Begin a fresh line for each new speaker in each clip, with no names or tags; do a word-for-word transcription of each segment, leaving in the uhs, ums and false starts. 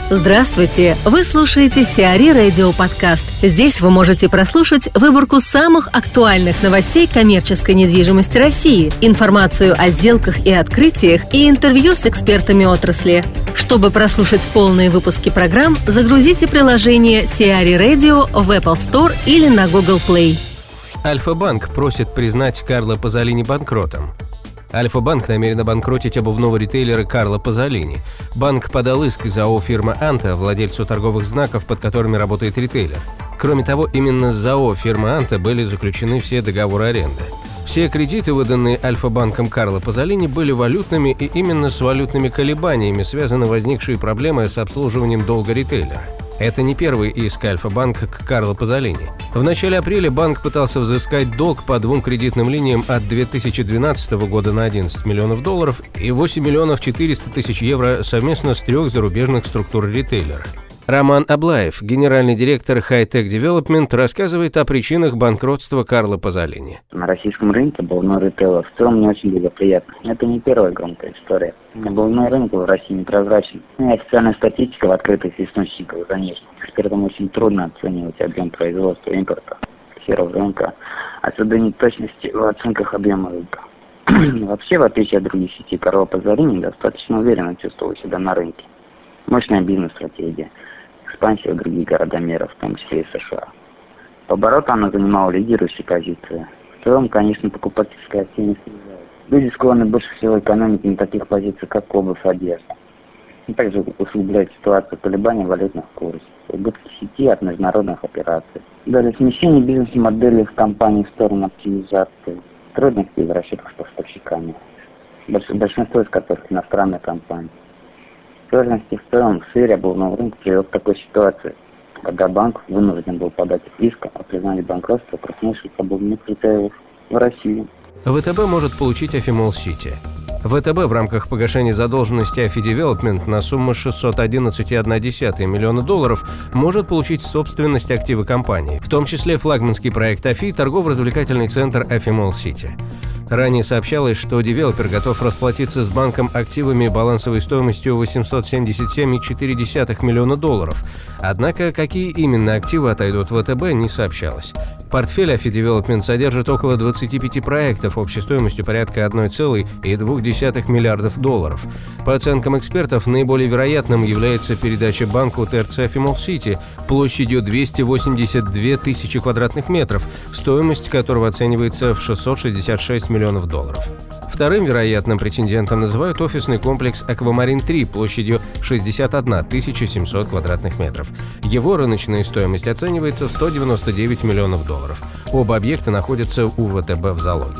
Здравствуйте! Вы слушаете Сиари Радио Подкаст. Здесь вы можете прослушать выборку самых актуальных новостей коммерческой недвижимости России, информацию о сделках и открытиях и интервью с экспертами отрасли. Чтобы прослушать полные выпуски программ, загрузите приложение Сиари Radio в Apple Store или на Google Play.
Альфа-банк просит признать Карло Пазолини банкротом. Альфа-банк намерен обанкротить обувного ритейлера Карло Пазолини. Банк подал иск из АО «Фирма Анта», владельцу торговых знаков, под которыми работает ритейлер. Кроме того, именно с АО «Фирма Анта» были заключены все договоры аренды. Все кредиты, выданные Альфа-банком Карло Пазолини, были валютными, и именно с валютными колебаниями связаны возникшие проблемы с обслуживанием долга ритейлера. Это не первый иск Альфа-банка к Карло Пазолини. В начале апреля банк пытался взыскать долг по двум кредитным линиям от две тысячи двенадцатого года на одиннадцать миллионов долларов и восемь миллионов четыреста тысяч евро совместно с трех зарубежных структур ритейлера. Роман Аблаев, генеральный директор High-Tech Development, рассказывает о причинах банкротства Карло Пазолини.
На российском рынке обувной ритейл в целом не очень благоприятно. Это не первая громкая история. Обувной рынок в России непрозрачен. И официальная статистика в открытых источниках за ней. Экспертам очень трудно оценивать объем производства и импорта сферов рынка. Отсюда неточности в оценках объема рынка. Вообще, в отличие от других сетей, Карло Пазолини достаточно уверенно чувствовал себя на рынке. Мощная бизнес-стратегия. Экспансия в другие города мира, в том числе и США. По обороту она занимала лидирующие позиции. В целом, конечно, покупательская активность снижается. Люди склонны больше всего экономить на таких позициях, как обувь, одежда. И также усугубляет ситуацию колебаний валютных курсов, убытки сети от международных операций. Далее смещение бизнес-модели в компании в сторону оптимизации, трудности в расчетах с поставщиками, большинство из которых иностранные компании. Сложности в целом в сфере обувного рынка привел к такой ситуации, когда банк вынужден был подать иск о признании банкротства крупнейших обувных ритейлеров в России.
ВТБ может получить Афимолл Сити. ВТБ в рамках погашения задолженности Афи Девелопмент на сумму шестьсот одиннадцать целых одна десятая миллиона долларов может получить в собственность активы компании, в том числе флагманский проект Афи, торгово-развлекательный центр Афимолл Сити. Ранее сообщалось, что девелопер готов расплатиться с банком активами балансовой стоимостью восемьсот семьдесят семь целых четыре десятых миллиона долларов. Однако, какие именно активы отойдут в ВТБ, не сообщалось. Портфель Афи Девелопмент содержит около двадцати пяти проектов общей стоимостью порядка одна целая две десятых миллиардов долларов. По оценкам экспертов, наиболее вероятным является передача банку ТРЦ Афимолл Сити площадью двести восемьдесят две тысячи квадратных метров, стоимость которого оценивается в шестьсот шестьдесят шесть миллионов долларов. Вторым вероятным претендентом называют офисный комплекс Аквамарин три площадью шестьдесят одна тысяча семьсот квадратных метров. Его рыночная стоимость оценивается в сто девяносто девять миллионов долларов. Оба объекта находятся у ВТБ в залоге.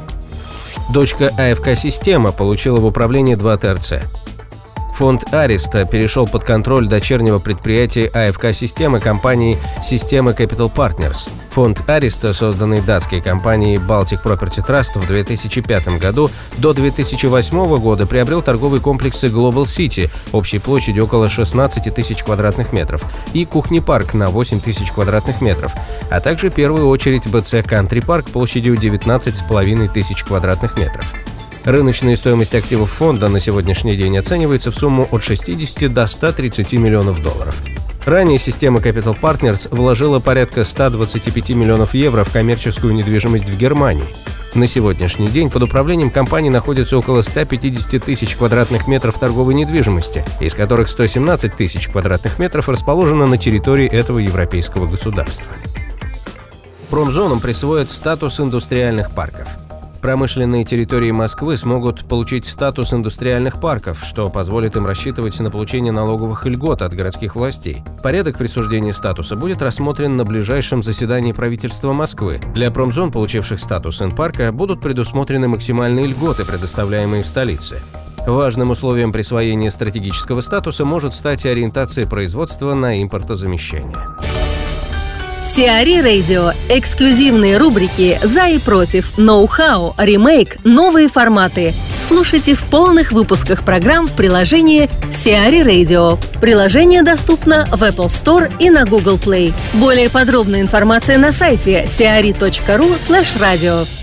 Дочка АФК-система получила в управление два ТРЦ. Фонд Ариста перешел под контроль дочернего предприятия АФК-системы компании Systema Capital Partners. Фонд Ариста, созданный датской компанией Baltic Property Trust в две тысячи пятом году, до две тысячи восьмого года приобрел торговые комплексы Global City общей площадью около шестнадцать тысяч квадратных метров и Кухни-парк на восемь тысяч квадратных метров, а также в первую очередь би си Country Park площадью девятнадцать с половиной тысяч квадратных метров. Рыночная стоимость активов фонда на сегодняшний день оценивается в сумму от шестидесяти до ста тридцати миллионов долларов. Ранее Systema Capital Partners вложила порядка ста двадцати пяти миллионов евро в коммерческую недвижимость в Германии. На сегодняшний день под управлением компании находится около ста пятидесяти тысяч квадратных метров торговой недвижимости, из которых сто семнадцать тысяч квадратных метров расположено на территории этого европейского государства. Промзонам присвоят статус индустриальных парков. Промышленные территории Москвы смогут получить статус индустриальных парков, что позволит им рассчитывать на получение налоговых льгот от городских властей. Порядок присуждения статуса будет рассмотрен на ближайшем заседании правительства Москвы. Для промзон, получивших статус инпарка, будут предусмотрены максимальные льготы, предоставляемые в столице. Важным условием присвоения стратегического статуса может стать ориентация производства на импортозамещение.
Сиари Radio. Эксклюзивные рубрики «За и против», «Ноу-хау», «Ремейк», «Новые форматы». Слушайте в полных выпусках программ в приложении Сиари Radio. Приложение доступно в Apple Store и на Google Play. Более подробная информация на сайте сиари точка ру слэш радио.